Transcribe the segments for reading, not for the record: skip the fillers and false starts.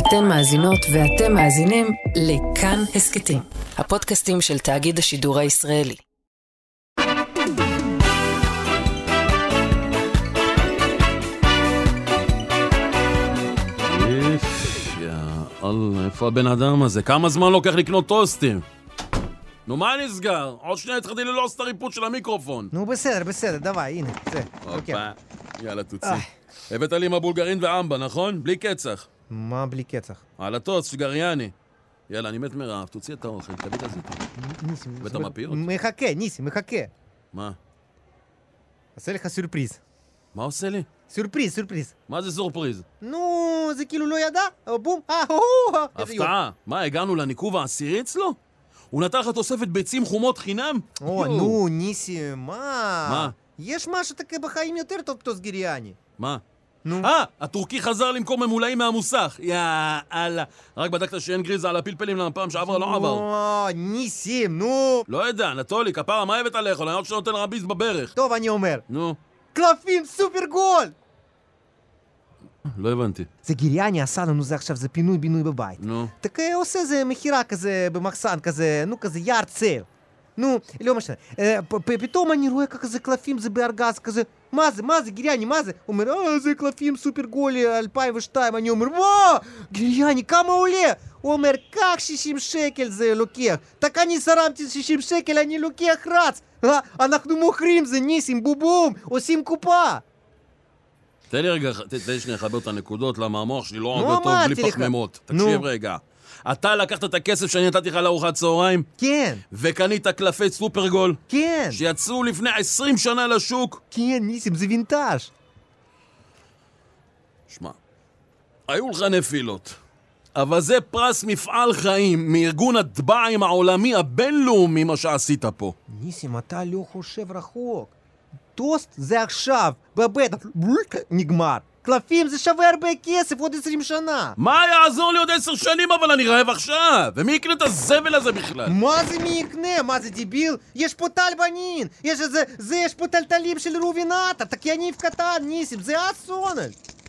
אתן מאזינות ואתם מאזינים לכאן הסקטים, הפודקאסטים של תאגיד השידור הישראלי. איפה הבן אדם הזה? כמה זמן לוקח לקנות טוסטים? נו, מה נסגר? עוד שנייה התחלתי ללעוס את הריפוד של המיקרופון. נו, בסדר, דווי, הנה, זה. אופה, יאללה, תוציא. הבאת לי עם הבולגרין ואמבה, נכון? בלי קצח. מה בלי קצח? על הטוסט של גריאני. יאללה, אני מת מרעב, תוציא את האוכל, תביא את הזיתון. ניסים, ואתה מפיר? מחכה. מה? עושה לך סורפריז. מה עושה לי? סורפריז. מה זה סורפריז? נו, זה כאילו לא ידע, בום, הפתעה. מה, הגענו לניקוב העשירי אצלו? הוא נתן לך תוספת ביצים חומות חינם? נו, ניסים, מה? מה? יש משהו תקה בחיים יותר טוב טוס גריאני. מה? נו. הטורקי חזר למכור ממולאים מהמוסך. יאללה. רק בדקת שאין גריזה על הפלפלים למה פעם שעברה לא עבר. ניסים, נו. לא יודע, נטולי, כפרה, מה הבאת לאכול? אני עוד שנותן רביס בברך. טוב, אני אומר. נו. קלפים סופר גול! לא הבנתי. זה גריאני עשה לנו זה עכשיו, זה פינוי-בינוי בבית. נו. אתה עושה זה מחירה כזה במחסן כזה, נו כזה יארד סייל. נו, לא משנה. פתאום אני רואה כזה קלפים זה בארגז כזה. מה זה, גריאני, מה זה? הוא אומר, זה קלפים סופר גולי 2002. אני אומר, וואו, גריאני, כמה עולה? הוא אומר, כך 60 שקל זה לוקח. תק אני שרמתי 60 שקל, אני לוקח רץ. אנחנו מוכרים זה, ניסים, בובום, עושים קופה. תן לי רגע, תן לי שנייה לחבר את הנקודות, למה המוח שלי לא עובד טוב בלי פחמימות. תקשיב רגע. אתה לקחת את הכסף שאני נתתי לך לארוחת צהריים? כן. וקנית קלפי סופרגול? כן. שיצאו לפני 20 שנה לשוק? כן, ניסים, זה וינטאז'. שמע, היו לך נפילות. אבל זה פרס מפעל חיים מארגון הטבעים העולמי הבינלאומי מה שעשית פה. ניסים, אתה לא חושב רחוק. טוסט זה עכשיו, בבטח, נגמר. קלפים זה שווה הרבה כסף עוד 20 שנה. מה יעזור לי עוד 10 שנים אבל אני רעב עכשיו? ומי יקנה את הזבל הזה בכלל? מה זה מי יקנה? מה זה דיביל? יש פה טל בנין. יש פה טלטלים של רובינטה. תקייניף קטן, ניסים, זה אסונל.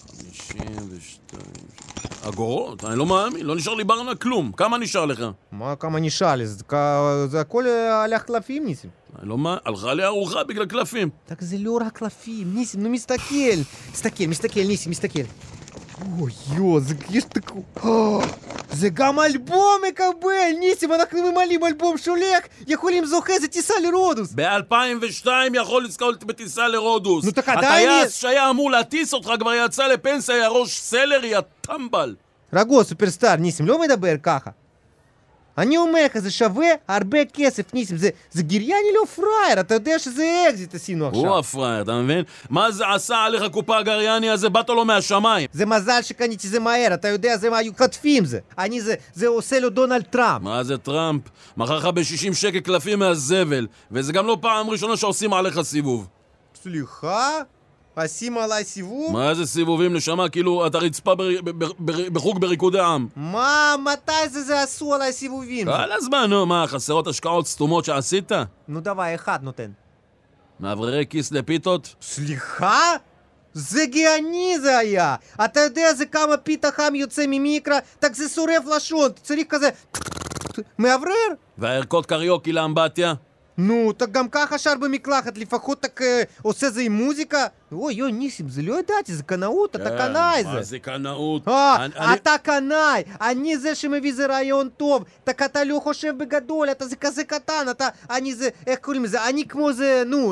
52 אגורות? אני לא מאמין, לא נשאר לי ברנה כלום. כמה נשאר לך? מה כמה נשאר לי? זה הכל הלך קלפים, ניסים. אני לא מאמין, הלכה לי ארוחה בגלל קלפים. Так זה לא רק קלפים, ניסים, נו מסתכל, ניסים, מסתכל. אוי, זה יש תקו... זה גם אלבום מקבל, ניסים, אנחנו ממלאים אלבום שולח, יכולים זוכה, זה טיסה לרודוס. ב-2002 יכול לזכות בטיסה לרודוס. נו, תק עדיין... הטייס שהיה אמור להטיס אותך כבר יצא לפנסיה, היה ראש סלרי, הטמבל. רגוע, סופרסטאר, ניסים, לא מדבר ככה. אני אומר לך, זה שווה הרבה כסף, ניסים, זה גריאני לא פרייר, אתה יודע שזה אקזיט עשינו עכשיו. הוא הפרייר, אתה מבין? מה זה עשה עליך קופה הגריאני הזה? באת לו מהשמיים. זה מזל שקניתי זה מהר, אתה יודע, זה מה היו חטפים זה. זה עושה לו דונלד טראמפ. מה זה טראמפ? מכר לך ב-60 שקל קלפים מהזבל, וזה גם לא פעם ראשונה שעושים עליך סיבוב. סליחה? עושים עליי סיבוב? מה זה סיבובים נשמה? כאילו אתה רצפה בחוג בריקודי עם. מתי זה עשו עליי סיבובים? כל הזמן, נו, מה, חסרות השקעות סתומות שעשית? נו דבר, אחד נותן. מעברי כיס לפיתות? סליחה? זה גאוני זה היה. אתה יודע זה כמה פיתה חם יוצא ממיקרה? תק זה שורף לשון, צריך כזה... מעברר? והערכות קריוקי לאמבטיה? נו, אתה גם ככה שר במקלחת, לפחות אתה עושה זה עם מוזיקה? אוי, ניסים, זה לא ידעתי, זה קנאות, אתה קנאי זה. מה זה קנאות? אתה קנאי, אני זה שמביא זה רעיון טוב, אתה לא חושב בגדול, אתה זה כזה קטן, אני זה, איך קוראים לזה, אני כמו זה, נו,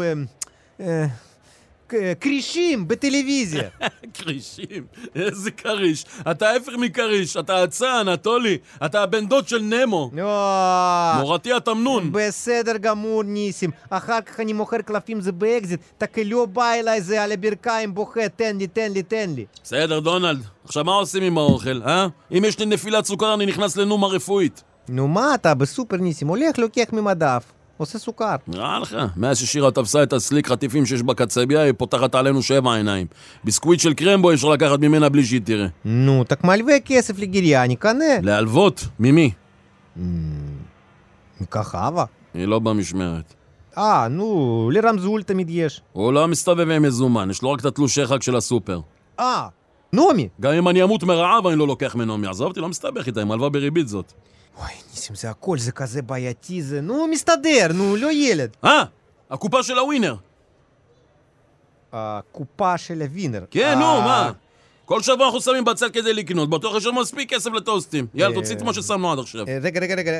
קרישים בטלוויזיה. קרישים? איזה קריש? אתה ההפך מקריש, אתה אצן, אטולי, אתה הבן דוד של נמו. מורתי התמנון. בסדר גמור, ניסים. אחר כך אני מוכר קלפים זה באקזיט, תק לא בא אליי זה על הברכיים בוכה, תן לי. בסדר, דונלד. עכשיו מה עושים עם האוכל, אה? אם יש לי נפילת סוכר אני נכנס לנומה רפואית. נו מה אתה בסופר ניסים, הולך לוקח ממדף. עושה סוכר. נראה לך, מאז ששירה תפסה את הסליק חטיפים שיש בקצביה, היא פותחת עלינו 7 עיניים. ביסקוויט של קרמבו אפשר לקחת ממנה בלי שהיא תראה. נו, תק מלווה כסף לגריאני, קנה. להלוות? ממי? מככה אבא. היא לא במשמרת. נו, לרמזול תמיד יש. הוא לא מסתובב עם מזומן, יש לו רק את התלושי חג של הסופר. נעמי. גם אם אני אמות מרעב, אני לא לוקח מנעמי. עזוב אותי, לא מסתבך איתה, עם הלוואה בריבית זאת. אוי, ניסים, זה הכל, זה כזה בעייתי, זה... נו, מסתדר, נו, לא ילד. הקופה של הווינר. הקופה של הווינר. כן, נו, מה? כל שבוע אנחנו שמים בצל כדי לקנות, בטוח יש לנו מספיק כסף לטוסטים. יאללה, תוציא את מה ששמנו עד עכשיו. רגע,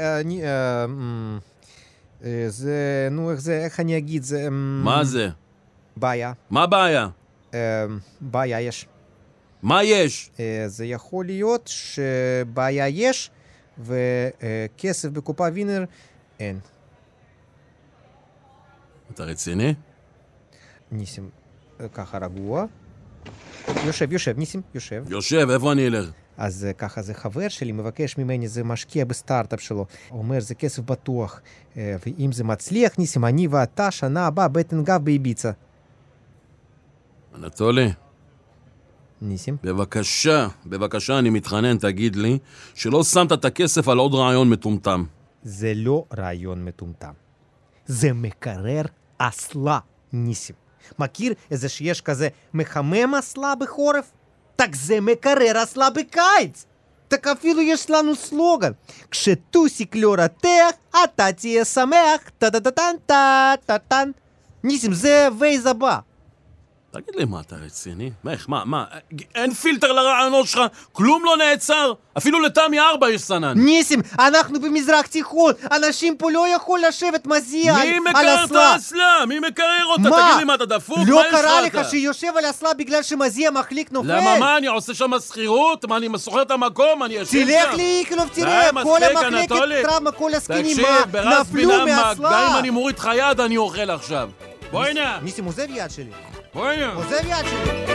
זה, נו, איך אני אגיד, זה... מה זה? בעיה. מה בעיה? בעיה יש. מה יש? זה יכול להיות שבעיה יש, וכסף בקופה ווינר אין. אתה רציני? ניסים, ככה רגוע. יושב, ניסים, יושב. יושב, איפה אני אלך? אז ככה, זה חבר שלי מבקש ממני, זה משקיע בסטארט-אפ שלו. הוא אומר, זה כסף בטוח. ואם זה מצליח, ניסים, אני ואתה שנה הבאה בטן גב באביצה. אנטולי. ניסים? בבקשה, אני מתחנן, תגיד לי, שלא שמת את הכסף על עוד רעיון מטומטם. זה לא רעיון מטומטם. זה מקרר אסלה, ניסים. מכיר איזה שיש כזה מחמם אסלה בחורף? так זה מקרר אסלה בקיץ. так אפילו יש לנו סלוגן. כשטוסיק לא רתח, אתה תהיה שמח. טה-טה-טה-טה-טה-טה. ניסים, זה וייז הבא. תגיד לי, מה, אתה רציני? מה? אין פילטר לרעיונות שלך? כלום לא נעצר? אפילו לתמי 4 יש סנן. ניסים, אנחנו במזרח תיכון. אנשים פה לא יכול לשבת מזיע על אסלה. מי מקרר את האסלה? מי מקרר אותה? תגיד לי, מה, אתה דפוק? לא קרה לך שיושב על אסלה בגלל שמזיע מחליק נופל? למה, מה, אני עושה שם שכירות? מה, אני מסוחר את המקום? אני יושב שם? תלך לאיקלוב, תראה, כל המחלקת טראומה, כל הזקנים נפלו מאסלה. גם אם אני מוריד לך יד, אני אוכל עכשיו. בואי הנה. ניסים, עוזב יד שלי. בואי. עוזב יד שלי.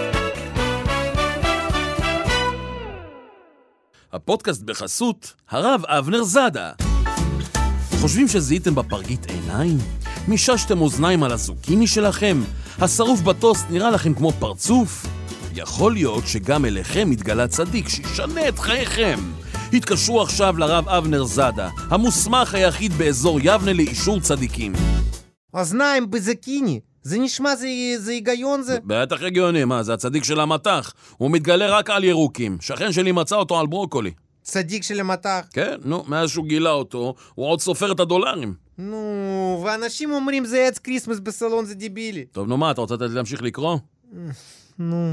הפודקאסט בחסות הרב אבנר זאדה. חושבים שזיהיתם בפרגית עיניים? מיששתם אוזניים על הזוקיני שלכם? השרוף בטוסט נראה לכם כמו פרצוף? יכול להיות שגם אליכם מתגלה צדיק שישנה את חייכם. התקשרו עכשיו לרב אבנר זאדה, המוסמך היחיד באזור יבנה לאישור צדיקים. אוזניים בזוקיני. זה נשמע, זה היגיון זה? בטח הגיוני, מה? זה הצדיק של המתח. הוא מתגלה רק על ירוקים. שכן שלי מצא אותו על ברוקולי. צדיק של המתח? כן, נו, מאז שהוא גילה אותו, הוא עוד סופר את הדולרים. נו, ואנשים אומרים זה עץ קריסמס בסלון, זה דיבילי. טוב, נו מה, אתה רוצה להמשיך לקרוא? נו.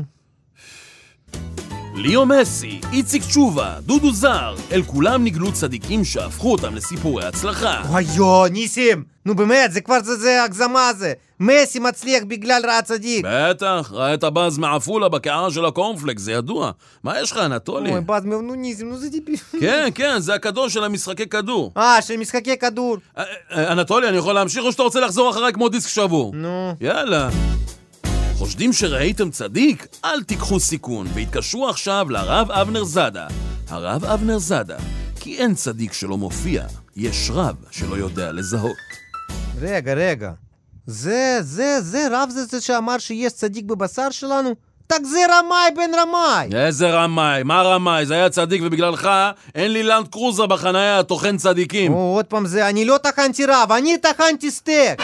ליאו מסי, איציק תשובה, דודו זר, אל כולם נגלו צדיקים שהפכו אותם לסיפורי הצלחה. אוי, ניסים, נו באמת, זה כבר זה הגזמה זה. מסי מצליח בגלל רע צדיק. בטח, ראה את הבאז מעפולה בקערה של הקורנפלקס, זה ידוע. מה יש לך, אנטולי? אוי, באז, נו ניסים, נו זה דיביל. כן, זה הקדוש של המשחקי כדור. של משחקי כדור. אנטולי, אני יכול להמשיך או שאתה רוצה לחזור אחריי כמו דיסק שבור? נו. יאללה. חושדים שראיתם צדיק? אל תיקחו סיכון, והתקשרו עכשיו לרב אבנר זאדה. הרב אבנר זאדה, כי אין צדיק שלא מופיע, יש רב שלא יודע לזהות. רגע. זה רב זה שאמר שיש צדיק בבשר שלנו? так זה רמאי בן רמאי. איזה רמאי? מה רמאי? זה היה צדיק ובגללך אין לי לנד קרוזר בחנייה, טוחן צדיקים. עוד פעם זה, אני לא טחנתי רב, אני טחנתי סטייק.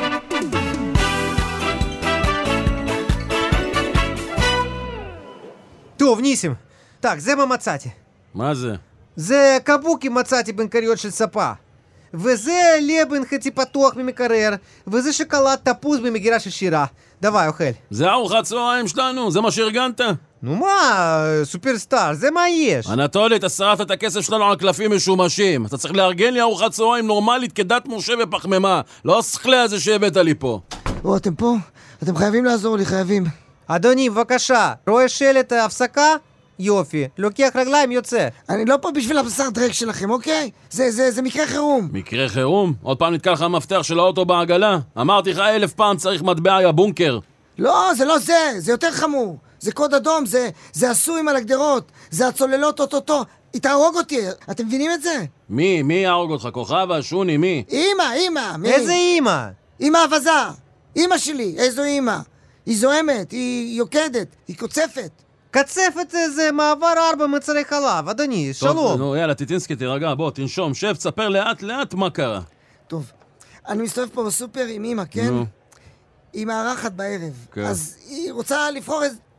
טוב, ניסים, זה מה מצאתי. מה זה? זה קבוקי מצאתי בנקריות של ספה. וזה לבן חצי פתוח ממקרר, וזה שקלט תפוז במגירה של שירה. דווי, אוכל. זה ארוחת צהריים שלנו, זה מה שארגנת? נו מה, סופרסטאר, זה מה יש? אנטולי, אתה שרפת את הכסף שלנו על קלפים משומשים. אתה צריך לארגן לי ארוחת צהריים נורמלית כדת משה ופחמימה. לא השכלי הזה שהבאת לי פה. אתם פה? אתם חייבים לעזור לי, חייבים. אדוני, בבקשה, רואה שלט הפסקה? יופי, לוקח רגליים, יוצא. אני לא פה בשביל הבשר דרק שלכם, אוקיי? זה מקרה חירום. מקרה חירום? עוד פעם נתקע לך המפתח של האוטו בעגלה? אמרתי לך 1000 פעם צריך מטבע יא בונקר. לא, זה לא זה יותר חמור. זה קוד אדום, זה הסורים על הגדרות, זה הצוללות אוטוטו. היא תהרוג אותי, אתם מבינים את זה? מי יהרוג אותך? כוכבה, שוני, מי? אמא, מי? איזה אמא? אמא אבזה, אמא שלי, איזו אמא? היא זוהמת, היא יוקדת, היא קוצפת. קצפת זה מעבר 4 מצרי חלב, אדוני, טוב, שלום. נו, יאללה, טיטינסקי, תירגע, בוא, תנשום, שב, תספר לאט מה קרה. טוב, אני מסתובב פה בסופר עם אמא, כן? נו. היא מארחת בערב. כן. אז היא רוצה לבחור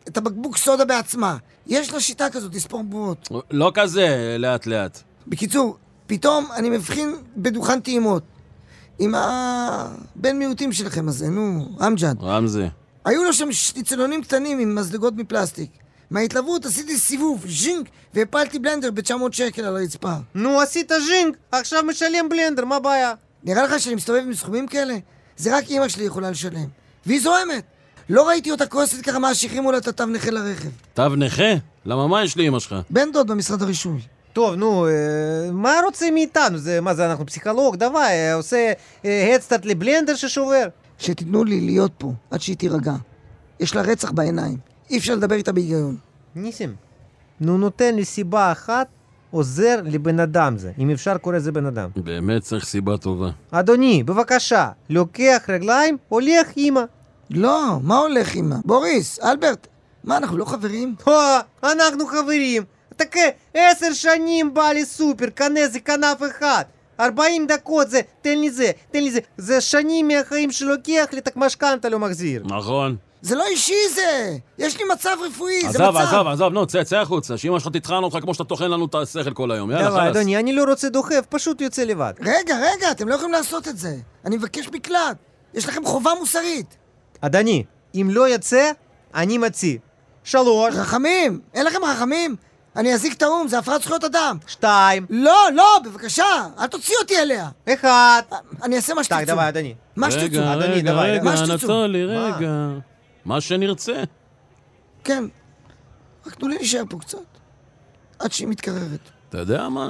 את הבקבוק סודה בעצמה. יש לה שיטה כזאת, לספור בועות. לא כזה, לאט לאט. בקיצור, פתאום אני מבחין בדוכן טעימות. עם הבן מיעוטים שלכם הזה, נו, אמג'ד. רמזי. היו לו שם שניצלונים קטנים עם מזלגות מפלסטיק. מההתלוות עשיתי סיבוב, ז'ינק, והפלתי בלנדר ב-900 שקל על הרצפה. נו, עשית ז'ינק, עכשיו משלם בלנדר, מה הבעיה? נראה לך שאני מסתובב עם סכומים כאלה? זה רק אמא שלי יכולה לשלם. והיא זוהמת. לא ראיתי אותה כועסת ככה מה שהחרימו לה את התו נכה לרכב. תו נכה? למה מה יש לי אמא שלך? בן דוד במשרד הרישוי. טוב, נו, מה רוצים מאיתנו? מה זה, אנחנו פסיכולוג, דבר, עושה הדסטארט לבלנדר ששובר? שתיתנו לי להיות פה, עד שהיא תירגע. יש לה רצח בעיניים. אי אפשר לדבר איתה בהיגיון. ניסים, נו נותן לי סיבה אחת, עוזר לבן אדם זה. אם אפשר קורא זה בן אדם. באמת צריך סיבה טובה. אדוני, בבקשה, לוקח רגליים, הולך אמא. לא, מה הולך אמא? בוריס, אלברט, מה, אנחנו לא חברים? אנחנו חברים. תקה, 10 שנים בא לי סופר, קנה זה כנף אחד. 40 דקות זה, תן לי זה. זה שנים מהחיים שלוקח לי, תק משכנתה לא מחזיר. נכון. זה לא אישי זה! יש לי מצב רפואי, זה מצב! עזוב, נו, צא החוצה, שאמא שלך תטחן אותך כמו שאתה טוחן לנו את השכל כל היום, יאללה, דבר, חלס. אדוני, אני לא רוצה דוחף, פשוט יוצא לבד. רגע, אתם לא יכולים לעשות את זה. אני מבקש מקלט. יש לכם חובה מוסרית. אדוני, אם לא יצא, אני מציא. 3. רחמים! אין לכם רחמים? אני אזיק את האום, זה הפרעת זכויות אדם. 2. לא, בבקשה, אל תוציא אותי אליה. 1. אני אעשה מה שתרצו. דבר, אדוני. מה שתרצו. אדוני, דבר, רגע, מה שתרצו. אנטולי, רגע. מה שנרצה. כן, רק תנו לי להישאר פה קצת. עד שהיא מתקררת. אתה יודע מה?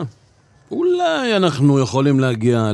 אולי אנחנו יכולים להגיע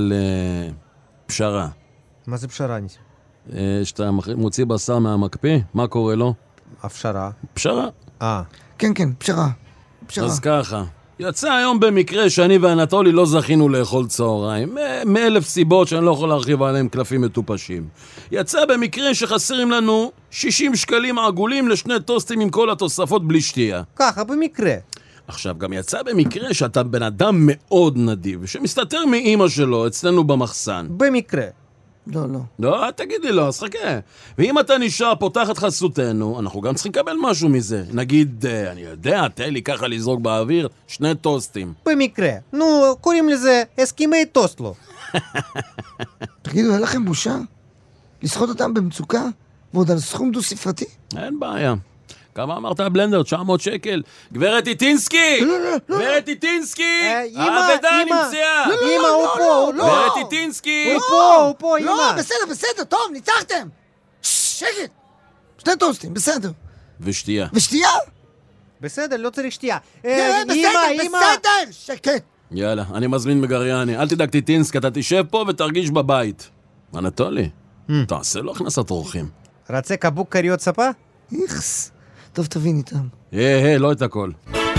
לפשרה. מה זה פשרה, ניסים? שאתה מוציא בשר מהמקפיא, מה קורה לו? הפשרה. פשרה. כן, פשרה. אז ככה. יצא היום במקרה שאני ואנטולי לא זכינו לאכול צהריים, מאלף סיבות שאני לא יכול להרחיב עליהם קלפים מטופשים. יצא במקרה שחסרים לנו 60 שקלים עגולים לשני טוסטים עם כל התוספות בלי שתייה. ככה, במקרה. עכשיו, גם יצא במקרה שאתה בן אדם מאוד נדיב, שמסתתר מאמא שלו אצלנו במחסן. במקרה. לא. תגיד לי לא, אז חכה. ואם אתה נשאר פותח את חסותנו, אנחנו גם צריכים לקבל משהו מזה. נגיד, אני יודע, תן לי ככה לזרוק באוויר 2 טוסטים. במקרה. נו, קוראים לזה הסכמי טוסטלו. תגידו, אין לכם בושה? לסחוט אותם במצוקה? ועוד על סכום דו ספרתי? אין בעיה. כמה אמרת הבלנדר? 900 שקל. גברת איטינסקי! גברת איטינסקי! האבדה נמצאה! אמא, הוא פה! גברת איטינסקי! הוא פה, אמא! לא, בסדר, טוב, ניצחתם! שקט! 2 טוסטים, בסדר. ושתייה. ושתייה? בסדר, לא צריך שתייה. בסדר, שקט. יאללה, אני מזמין מגריאני. אל תדאג טיטינסקי, אתה תשב פה ותרגיש בבית. אנטולי, תעשה לו הכנסת אורחים. רצה קבוק קריות ספה? איכס. טוב, תבין איתם. לא את הכל.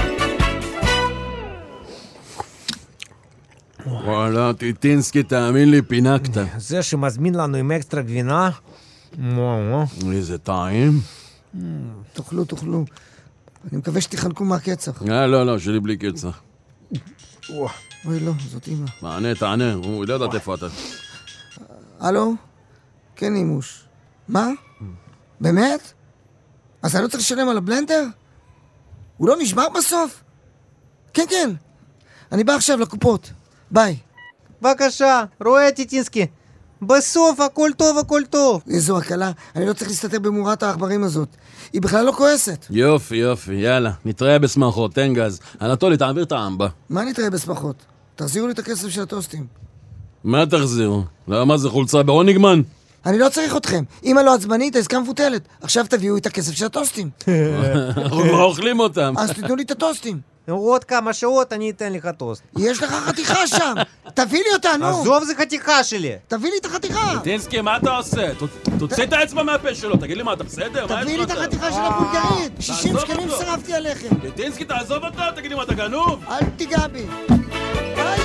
וואלה, טיטינסקי, תאמין לי, פינקת. זה שמזמין לנו עם אקסטרה גבינה? איזה טעים. תאכלו. אני מקווה שתחנקו מהקצח. לא, שלי בלי קצח. אוי, לא, זאת אמא. תענה, הוא לא יודעת איפה אתה. הלו? כן, אימוש. מה? באמת? אז אני לא צריך לשלם על הבלנדר? הוא לא נשבר בסוף? כן. אני בא עכשיו לקופות. ביי. בבקשה, רואה טיטינסקי. בסוף הכל טוב. איזו הקלה. אני לא צריך להסתתר במורת העכברים הזאת. היא בכלל לא כועסת. יופי, יאללה. נתראה בשמחות, תן גז. אנטולי, תעביר את האמבה. מה נתראה בשמחות? תחזירו לי את הכסף של הטוסטים. מה תחזירו? למה זה חולצה בהוניגמן? אני לא צריך אתכם. אמא לא עצבנית, העסקה מבוטלת. עכשיו תביאו את הכסף של הטוסטים. אנחנו כבר אוכלים אותם. אז תיתנו לי את הטוסטים. עוד כמה שעות אני אתן לך טוסט. יש לך חתיכה שם. תביא לי אותה, נו. עזוב, זה חתיכה שלי. תביא לי את החתיכה. טיטינסקי, מה אתה עושה? תוציא את האצבע מהפה שלו. תגיד לי מה, אתה בסדר? תביא לי את החתיכה של הבולגרית. 60 שקלים שרפתי עליכם. טיטינסקי, תעזוב אותו. תגיד לי מה, אתה גנוב? אל תיגע בי. ביי.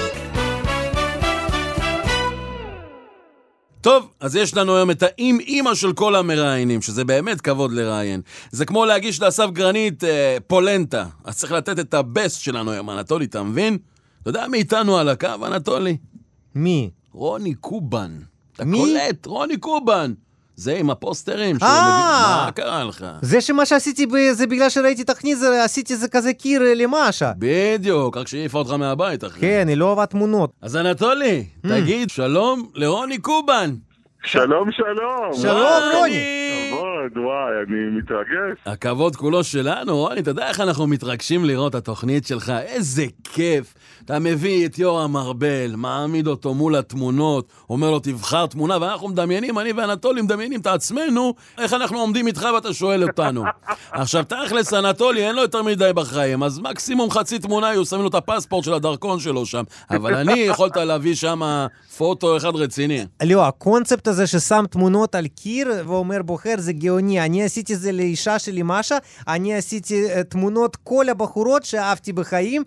טוב, אז יש לנו היום את האמא של כל המראיינים, שזה באמת כבוד לראיין. זה כמו להגיש לאסף גרנית פולנטה. אז צריך לתת את הבסט שלנו היום, אנטולי, אתה מבין? אתה יודע מי איתנו על הקו, אנטולי? מי? רוני קובן. אתה מי? קולט, רוני קובן. זה עם הפוסטרים. מה קרה לך? זה שמה שעשיתי, זה בגלל שראיתי תכנית, עשיתי זה כזה קיר למשה. בדיוק, רק שהעיפה אותך מהבית אחרי. כן, היא לא אוהבת תמונות. אז אנטולי, תגיד שלום לרוני קובן. שלום, שלום. שלום, רוני. כבוד, וואי, אני מתרגש. הכבוד כולו שלנו, רוני, אתה יודע איך אנחנו מתרגשים לראות את התוכנית שלך? איזה כיף. אתה מביא את יורם ארבל, מעמיד אותו מול התמונות, אומר לו תבחר תמונה, ואנחנו מדמיינים, אני ואנטולי מדמיינים את עצמנו, איך אנחנו עומדים איתך ואתה שואל אותנו. עכשיו, תכלס, אנטולי, אין לו יותר מדי בחיים, אז מקסימום חצי תמונה, הוא שמים לו את הפספורט של הדרכון שלו שם, אבל אני יכולת להביא שם פוטו אחד רציני. לא, הקונספט הזה ששם תמונות על קיר ואומר בוחר זה גאוני. אני עשיתי זה לאישה שלי משה, אני עשיתי תמונות כל הבחורות שאהבתי בחיים,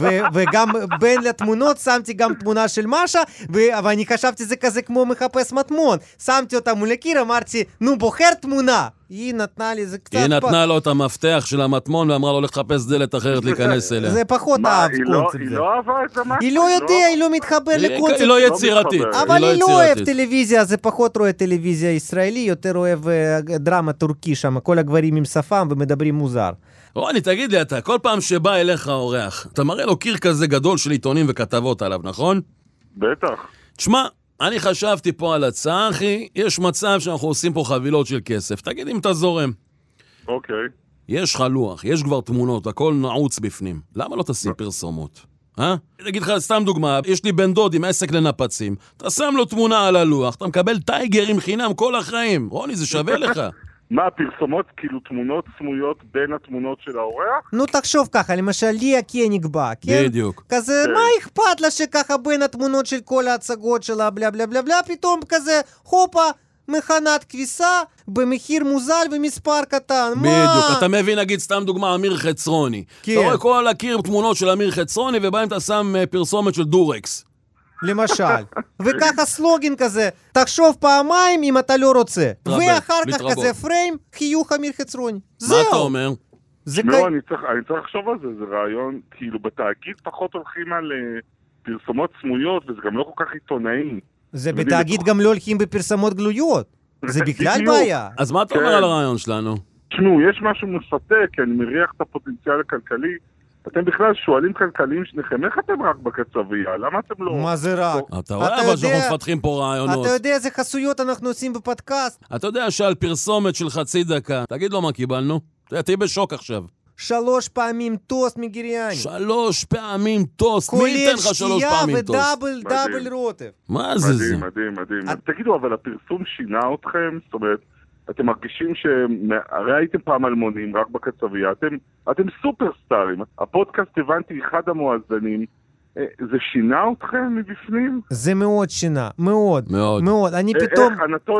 וגם בין לתמונות שמתי גם תמונה של משה, ואני חשבתי זה כזה כמו מחפש מטמון. שמתי אותה מול הקיר, אמרתי, נו בוחר תמונה. היא נתנה לי זה קצת... היא נתנה לו את המפתח של המטמון ואמרה לו לחפש דלת אחרת להיכנס אליה. זה פחות אהב קונספט זה. היא לא אהבה את זה משהו? היא לא יודע, היא לא מתחבר לקונספט. היא לא יצירתית. אבל היא לא אוהב טלוויזיה, זה פחות רואה טלוויזיה ישראלי, יותר אוהב דרמה טורקי שם, כל הגברים עם שפם ומדברים מוזר. רוני, תגיד לי אתה, כל פעם שבא אליך אורח, אתה מראה לו קיר כזה גדול של עיתונים וכתבות עליו, נכון? בטח. תשמע, אני חשבתי פה על הצעה, אחי, יש מצב שאנחנו עושים פה חבילות של כסף. תגיד אם אתה זורם. אוקיי. יש לך לוח, יש כבר תמונות, הכל נעוץ בפנים. למה לא תשים פרסומות? אני אגיד לך, סתם דוגמה, יש לי בן דוד עם עסק לנפצים. אתה שם לו תמונה על הלוח, אתה מקבל טייגר עם חינם כל החיים. רוני, זה שווה לך. מה, פרסומות, כאילו תמונות סמויות בין התמונות של האורח? נו תחשוב ככה, למשל ליה נקבע, כן? בדיוק. כזה, מה אכפת לה שככה בין התמונות של כל ההצגות שלה, בלה בלה בלה בלה, פתאום כזה, הופה, מכנת כביסה, במחיר מוזל ומספר קטן, מה? בדיוק, אתה מבין, נגיד, סתם דוגמה, אמיר חצרוני. כן. אתה רואה כל הקיר תמונות של אמיר חצרוני, ובהם אתה שם פרסומת של דורקס. למשל. וככה סלוגן כזה, תחשוב פעמיים אם אתה לא רוצה. ואחר כך כזה פריים, חיוך אמיר חצרוני. זהו. מה אתה אומר? לא, אני צריך לחשוב על זה, זה רעיון, כאילו בתאגיד פחות הולכים על פרסומות סמויות, וזה גם לא כל כך עיתונאי. זה בתאגיד גם לא הולכים בפרסמות גלויות. זה בכלל בעיה. אז מה אתה אומר על הרעיון שלנו? תשמעו, יש משהו מפתה, כי אני מריח את הפוטנציאל הכלכלי. אתם בכלל שואלים כלכליים שניכם, איך אתם רק בקצבייה? למה אתם לא... מה זה רק? אתה רואה אבל שאנחנו מפתחים פה רעיונות. אתה יודע איזה חסויות אנחנו עושים בפודקאסט? אתה יודע שעל פרסומת של חצי דקה, תגיד לו מה קיבלנו? תהיה בשוק עכשיו. 3 פעמים טוסט מגיריאני. 3 פעמים טוסט. מי ייתן לך 3 פעמים טוסט? כולל שתייה ודאבל רוטב. מה זה זה? מדהים, מדהים. תגידו, אבל הפרסום שינה אתכם? זאת אומרת, אתם מרגישים הרי הייתם פעם אלמונים, רק בקצבייה. אתם סופרסטארים. הפודקאסט, הבנתי, אחד המואזנים. זה שינה אתכם מבפנים? זה מאוד שינה, מאוד, מאוד. אני פתאום,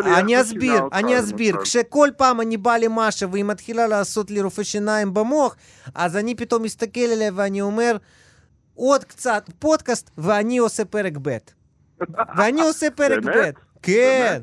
אני אסביר, כשכל פעם אני בא למשה והיא מתחילה לעשות לי רופא שיניים במוח, אז אני פתאום מסתכל עליה ואני אומר, עוד קצת פודקאסט ואני עושה פרק ב'. ואני עושה פרק ב'. כן,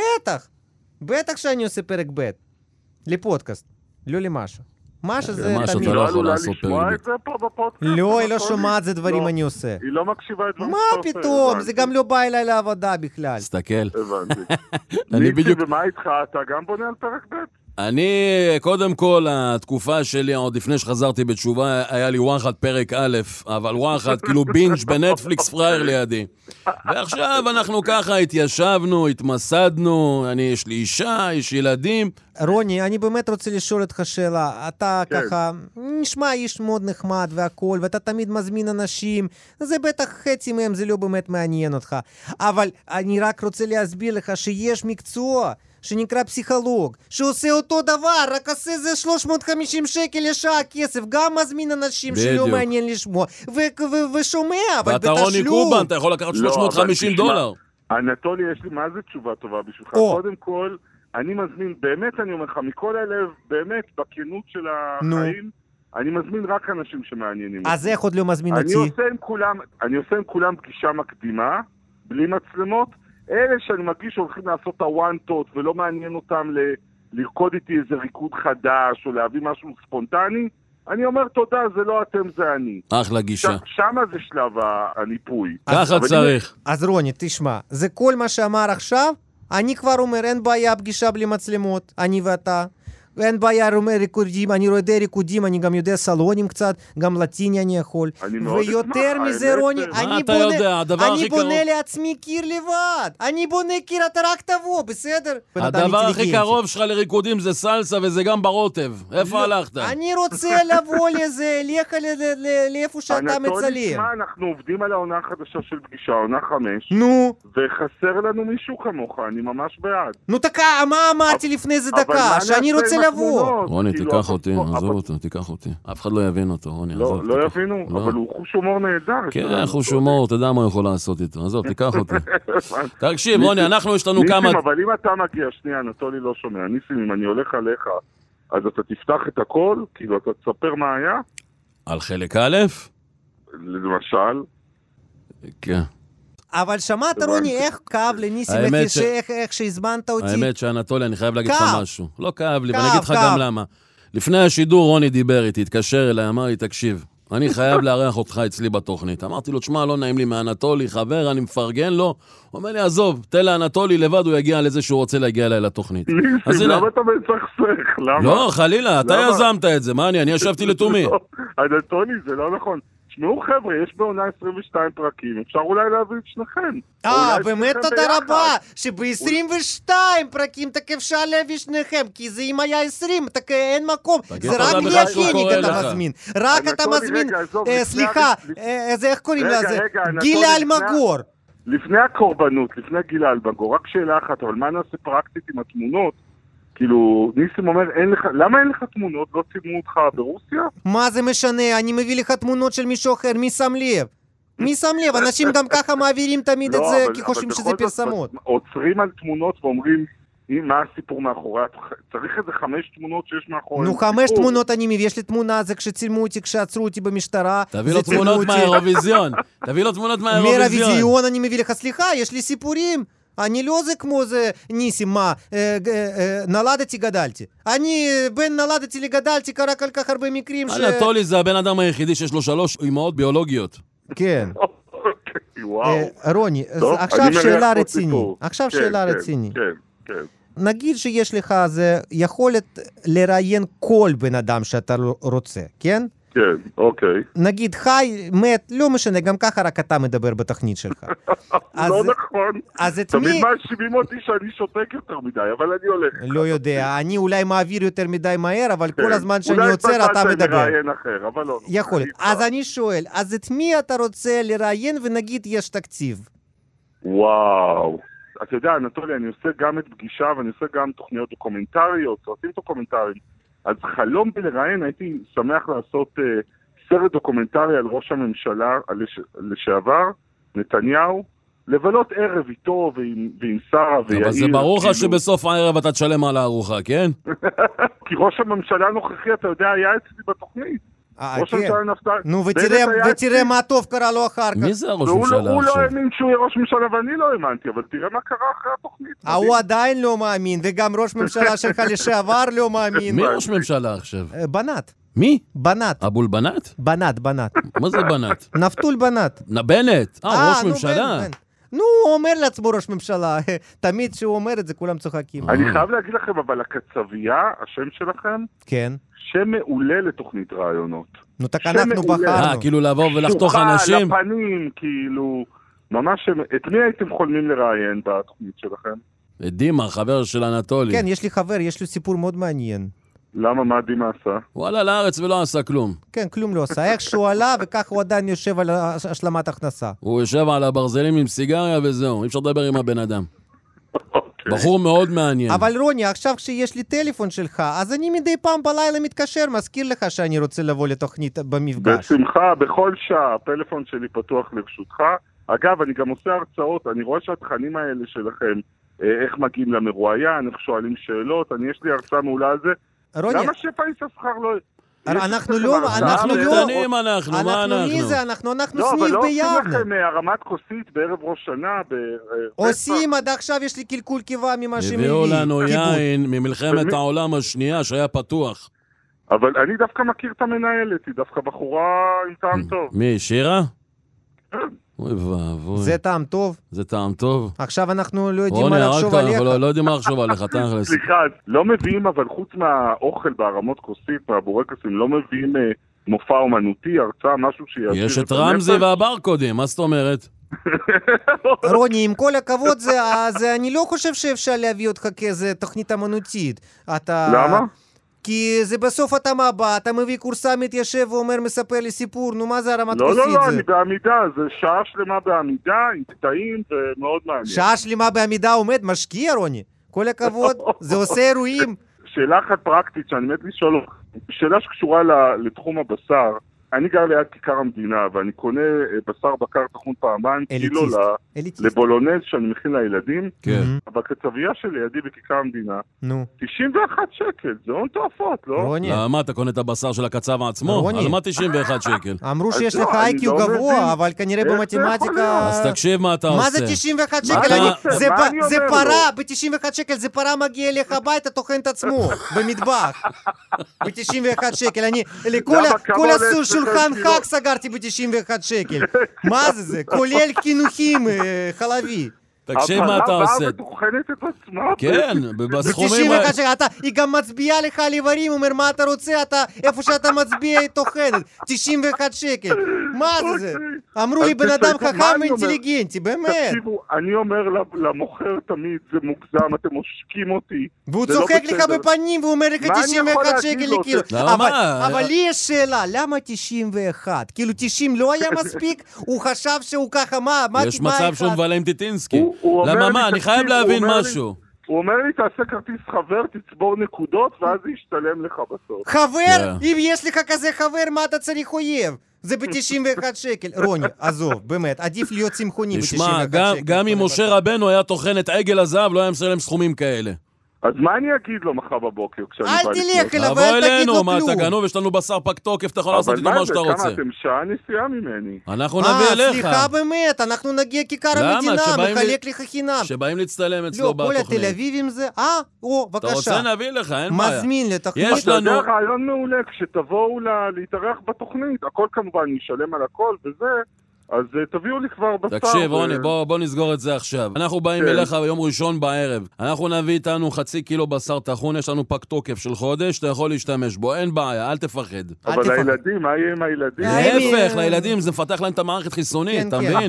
בטח שאני עושה פרק ב'. לפודקאסט, לא למשהו. משה זה תמיד. היא לא עלולה לשמוע את זה פה בפודקאסט? לא, היא לא שומעת, זה דברים אני עושה. היא לא מקשיבה את דברים מה פתאום? זה גם לא בא אליי לעבודה בכלל. תסתכל. הבנתי. ניצי, ומה איתך? אתה גם בונה על פרק ב'? אני, קודם כל, התקופה שלי, עוד לפני שחזרתי בתשובה, היה לי וואחד פרק א', אבל וואחד, כאילו בינג' בנטפליקס פרייר לידי. ועכשיו אנחנו ככה התיישבנו, התמסדנו, יש לי אישה, יש ילדים. רוני, אני באמת רוצה לשאול אותך שאלה. אתה ככה, נשמע איש מאוד נחמד והכל, ואתה תמיד מזמין אנשים, זה בטח חצי מהם, זה לא באמת מעניין אותך. אבל אני רק רוצה להסביר לך שיש מקצוע שנקרא פסיכולוג, שעושה אותו דבר, רק עושה זה 350 שקל לשעה כסף, גם מזמין אנשים שלא מעניין לשמוע, ושומע, אבל בתשלום. ואתה רוני קובן, אתה יכול לקחת $350. אנטולי, יש לי מה זה תשובה טובה בשבילך. קודם כל, אני מזמין, באמת אני אומר לך, מכל הלב, באמת, בכנות של החיים, אני מזמין רק אנשים שמעניינים. אז איך עוד לא מזמין אותי? אני עושה עם כולם פגישה מקדימה, בלי מצלמות, אלה שאני מרגיש שהולכים לעשות הוואן טוט ולא מעניין אותם לרקוד איתי איזה ריקוד חדש או להביא משהו ספונטני, אני אומר תודה, זה לא אתם, זה אני. אחלה גישה. שמה זה שלב הניפוי. ככה צריך. אז רוני, תשמע, זה כל מה שאמר עכשיו, אני כבר אומר, אין בעיה פגישה בלי מצלמות, אני ואתה. אין בעיה, ריקודים, אני רואה ריקודים, אני גם יודע סלונים קצת, גם לטיני אני יכול. ויותר מזה, רוני, אני בונה לעצמי קיר לבד. אני בונה קיר, אתה רק תבוא, בסדר? הדבר הכי קרוב שלך לריקודים זה סלסה וזה גם ברוטב. איפה הלכת? אני רוצה לבוא לזה, לך לאיפה שאתה מצלם. תשמע, אנחנו עובדים על העונה החדשה של פגישה, עונה 5. נו. וחסר לנו מישהו כמוך, אני ממש בעד. נו, מה אמרתי לפני זה דקה? שאני רוצה לבוא. רוני, תיקח אותי, עזוב אותו, תיקח אותי. אף אחד לא יבין אותו, רוני, עזוב. לא יבינו, אבל הוא חוש הומור נהדר. כן, חוש הומור, אתה יודע מה הוא יכול לעשות איתו. עזוב, תיקח אותי. תקשיב, רוני, אנחנו יש לנו כמה... ניסים, אבל אם אתה מגיע, שנייה, נתולי לא שומע. ניסים, אם אני הולך עליך, אז אתה תפתח את הכל, כאילו, אתה תספר מה היה? על חלק א'? למשל. כן. אבל שמעת, רוני, איך כאב לניסים, איך שהזמנת אותי? האמת שאנטולי, אני חייב להגיד לך משהו. לא כאב לי, ואני אגיד לך גם למה. לפני השידור רוני דיבר איתי, התקשר אליי, אמר לי, תקשיב, אני חייב לארח אותך אצלי בתוכנית. אמרתי לו, תשמע, לא נעים לי מאנטולי, חבר, אני מפרגן לו. הוא אומר לי, עזוב, תן לאנטולי לבד, הוא יגיע לזה שהוא רוצה להגיע אליי לתוכנית. ניסים, למה אתה מצחצח? למה? לא, חלילה, אתה יזמת את זה, מה אני ישבתי לתומי. אנטולי, זה לא נכון. תשמעו חבר'ה, יש בעונה 22 פרקים, אפשר אולי להביא את שניכם. באמת תודה רבה, שב-22 פרקים תק אפשר להביא שניכם, כי זה אם היה 20, תק אין מקום, זה רק לי הפיניק אתה מזמין, רק אתה מזמין, סליחה, איך קוראים לזה? גילה אלמגור. לפני הקורבנות, לפני גילה אלמגור, רק שאלה אחת, אבל מה נעשה פרקטית עם התמונות? כאילו, ניסים אומר, למה אין לך תמונות? לא צילמו אותך ברוסיה? מה זה משנה? אני מביא לך תמונות של מישהו אחר, מי שם לב? מי שם לב? אנשים גם ככה מעבירים תמיד את זה, כי חושבים שזה פרסמות. עוצרים על תמונות ואומרים, מה הסיפור מאחורי? צריך איזה 5 תמונות שיש מאחורי. נו, 5 תמונות אני מביא, יש לי תמונה, זה כשצילמו אותי, כשעצרו אותי במשטרה. תביא לו תמונות מהאירוויזיון. מהאירוויזיון אני מביא לך, סליחה, יש לי סיפורים. אני לא זה כמו זה ניסים, מה, נולדתי גדלתי. אני בין נולדתי לגדלתי, קרה כל כך הרבה מקרים אנטולי זה הבן אדם היחידי שיש לו 3 אמהות ביולוגיות. כן. רוני, עכשיו שאלה רצינית. עכשיו שאלה רצינית. נגיד שיש לך יכולת לראיין כל בן אדם שאתה רוצה, כן? כן, אוקיי. נגיד חי, מת, לא משנה, גם ככה רק אתה מדבר בתוכנית שלך. לא נכון. אז את מי... תמיד מאשימים אותי שאני שותק יותר מדי, אבל אני הולך. לא יודע, אני אולי מעביר יותר מדי מהר, אבל כל הזמן שאני עוצר אתה מדבר. אולי לראיין אחר, אבל לא. יכול להיות. אז אני שואל, אז את מי אתה רוצה לראיין ונגיד יש תקציב? וואו. אתה יודע, אנטולי, אני עושה גם את פגישה ואני עושה גם תוכניות דוקומנטריות, סרטים דוקומנטריים. אז חלום בלראיין, הייתי שמח לעשות סרט דוקומנטרי על ראש הממשלה לשעבר, נתניהו, לבלות ערב איתו ועם שרה ויאיר. אבל זה ברור לך שבסוף הערב אתה תשלם על הארוחה, כן? כי ראש הממשלה הנוכחי, אתה יודע, היה אצלי בתוכנית. ראש הממשלה נפתלי. נו, ותראה מה טוב קרה לו אחר כך. מי זה הראש ממשלה עכשיו? הוא לא האמין שהוא יהיה ראש ממשלה ואני לא האמנתי, אבל תראה מה קרה אחרי התוכנית. הוא עדיין לא מאמין, וגם ראש ממשלה שלך לשעבר לא מאמין. מי ראש ממשלה עכשיו? בנת. מי? בנת. אבול בנת? בנת. מה זה בנת? נפתול בנת. בנט. ראש ממשלה. נו, הוא אומר לעצמו ראש ממשלה. תמיד כשהוא אומר את זה, כולם צוחקים. אני חייב להגיד לכם, אבל הקצבייה, השם שלכם, כן. שם מעולה לתוכנית רעיונות. נו, תק אנחנו בחרנו. כאילו לעבור ולחתוך אנשים? שוחה, לפנים, כאילו, ממש, את מי הייתם חולמים לראיין בתוכנית שלכם? את דימה, חבר של אנטולי. כן, יש לי חבר, יש לי סיפור מאוד מעניין. למה? מה דימה עשה? הוא עלה לארץ ולא עשה כלום. כן, כלום לא עשה. איך שהוא עלה, וכך הוא עדיין יושב על השלמת הכנסה. הוא יושב על הברזלים עם סיגריה וזהו, אי אפשר לדבר עם הבן אדם. בחור מאוד מעניין. אבל רוני, עכשיו כשיש לי טלפון שלך, אז אני מדי פעם בלילה מתקשר, מזכיר לך שאני רוצה לבוא לתוכנית במפגש. בשמחה, בכל שעה, הפלאפון שלי פתוח לרשותך. אגב, אני גם עושה הרצאות, אני רואה שהתכנים האלה שלכם, איך מגיעים למרואיין, איך שואלים שאלות, יש לי הרצאה מעולה על זה. רוני, למה שפע יששכר לא... אנחנו לא, קטנים אנחנו, מה אנחנו? מי זה? אנחנו סניף ביבנה. לא, אבל לא עושים לכם הרמת כוסית בערב ראש שנה, עושים, עד עכשיו יש לי קלקול קיבה ממה שמביא. הביאו לנו יין ממלחמת העולם השנייה שהיה פתוח. אבל אני דווקא מכיר את המנהלת, היא דווקא בחורה עם טעם טוב. מי, שירה? אוי ואבוי. זה טעם טוב. זה טעם טוב. עכשיו אנחנו לא יודעים רוני, מה לחשוב עליך. לא יודעים מה לחשוב עליך, תכלס. סליחה, לא מביאים, אבל חוץ מהאוכל בהרמות כוסית והבורקסים, לא מביאים מופע אומנותי, הרצאה, משהו שיעשיר. יש את רמזי והברקודים, מה זאת אומרת? רוני, עם כל הכבוד, אני לא חושב שאפשר להביא אותך כאיזה תוכנית אמנותית. למה? כי זה בסוף אתה מבא, אתה מביא קורסה, מתיישב ואומר, מספר לי סיפור, נו מה זה הרמת כוסית? לא, אני בעמידה, זה שעה שלמה בעמידה, עם קטעים, ומאוד מעניין. שעה שלמה בעמידה עומד, משקיע, רוני. כל הכבוד, זה עושה אירועים. שאלה אחת פרקטית שאני מת לשאול, שאלה שקשורה לתחום הבשר, אני גר ליד כיכר המדינה, ואני קונה בשר בקר טחון פעמיים, קילו לבולונז שאני מכין לילדים, אבל כצבייה שלידי בכיכר המדינה, 91 שקל, זה הון תועפות, לא? רוני. למה אתה קונה את הבשר של הקצב עצמו? על מה 91 שקל? אמרו שיש לך איי-קיו גבוה, אבל כנראה במתמטיקה... אז תקשיב מה אתה עושה. מה זה 91 שקל? זה פרה, ב-91 שקל זה פרה מגיע אליך הביתה, טוחן את עצמו, במטבח. ב-91 שקל, אני... כל שולחן חג סגרתי ב-91 שקל. מה זה? כולל חינוכים חלבי. תקשיב מה אתה עושה. הפרה ותוכנת את עצמה. כן, בסכומים... ב-91 שקל, היא גם מצביעה לך על איברים, אומר מה אתה רוצה, איפה שאתה מצביע היא טוחנת. 91 שקל. מה זה? אמרו לי בן אדם חכם ואינטליגנטי, באמת. תקשיבו, אני אומר למוכר תמיד, זה מוגזם, אתם מושקים אותי. והוא צוחק לך בפנים ואומר לך 91 שקל לקילו. אבל לי יש שאלה, למה 91? כאילו 90 לא היה מספיק? הוא חשב שהוא ככה, מה? יש מצב שהוא מבלה עם טיטינסקי. למה מה? אני חייב להבין משהו. הוא אומר לי, תעשה כרטיס חבר, תצבור נקודות, ואז זה ישתלם לך בסוף. חבר? אם יש לך כזה חבר, מה אתה צריך אויב? זה ב-91 שקל. רוני, עזוב, באמת, עדיף להיות צמחוני ב-91 שקל. תשמע, גם אם משה רבנו היה טוחן את עגל הזהב, לא היה משלם סכומים כאלה. אז מה אני אגיד לו מחר בבוקר כשאני בא לקנות? אל תלך אליו, תבוא אל תגיד לו אלינו, כלום. מה אתה גנוב? יש לנו בשר פג תוקף, אתה יכול לעשות איתו מה שאתה רוצה. כמה אתם שעה נסיעה ממני? אנחנו נביא אליך. סליחה באמת, אנחנו נגיע כיכר המדינה, מחלק לך חינם. שבאים להצטלם אצלו בתוכנית. לא, כל התל אביבים זה, בבקשה. אתה רוצה נביא לך, אין בעיה. מזמין לתוכנית. יש לנו... זה רעיון מעולה, כשתבואו להתארח בתוכנית, הכל כמובן ישלם על הכל וזה, אז תביאו לי כבר בשר. תקשיב, רוני, בוא נסגור את זה עכשיו. אנחנו באים אליך ביום ראשון בערב. אנחנו נביא איתנו 0.5 קילו בשר טחון, יש לנו פג תוקף של חודש, אתה יכול להשתמש בו, אין בעיה, אל תפחד. אבל לילדים, מה יהיה עם הילדים? להפך, לילדים זה מפתח להם את המערכת חיסונית, אתה מבין?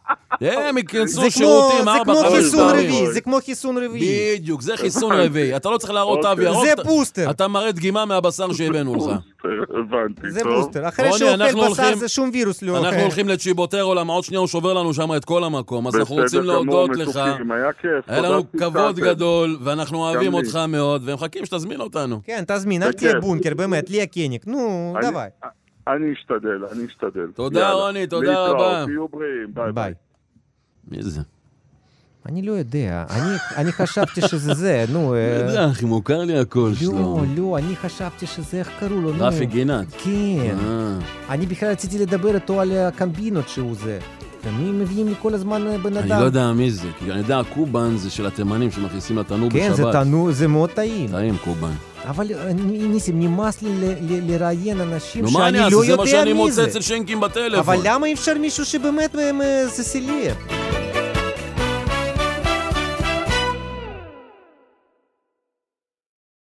הם ייכנסו שירותים 4-5 פעמים. זה כמו חיסון רביעי. בדיוק, זה חיסון רביעי. אתה לא צריך להראות תו ירוק. זה בוסטר. אתה מראה דגימה מהבשר שהבאנו לך. הבנתי, זה בוסטר. אחרי שאוכל בשר זה שום וירוס לא אוכל. אנחנו הולכים לצ'יבוטרו, למה עוד שנייה הוא שובר לנו שם את כל המקום. אז אנחנו רוצים להודות לך. היה לנו כבוד גדול, ואנחנו אוהבים אותך מאוד, והם מחכים שתזמין אותנו. כן, תזמין, אל תהיה בונקר, באמת, ליה קניק. נו, דווי. אני אשתדל. תודה רוני, תודה רבה. תהיו בריאים, ביי. מי זה? אני לא יודע, אני חשבתי שזה זה, נו... לא יודע, אחי, מוכר לי הכל שלו. לא, אני חשבתי שזה, איך קראו לו, נו... רפי גינת. כן. אני בכלל רציתי לדבר איתו על הקמבינות שהוא זה. ומי מביאים לי כל הזמן בן אדם? אני לא יודע מי זה, כי אני יודע, קובן זה של התימנים שמכניסים לתנור בשבת. כן, זה מאוד טעים. טעים, קובן. אבל ניסים, נמאס לי לראיין אנשים שאני לא יודע מי זה. זה מה שאני מוצא אצל שנקים בטלפון. אבל למה אפשר מישהו שבאמת זה סלב?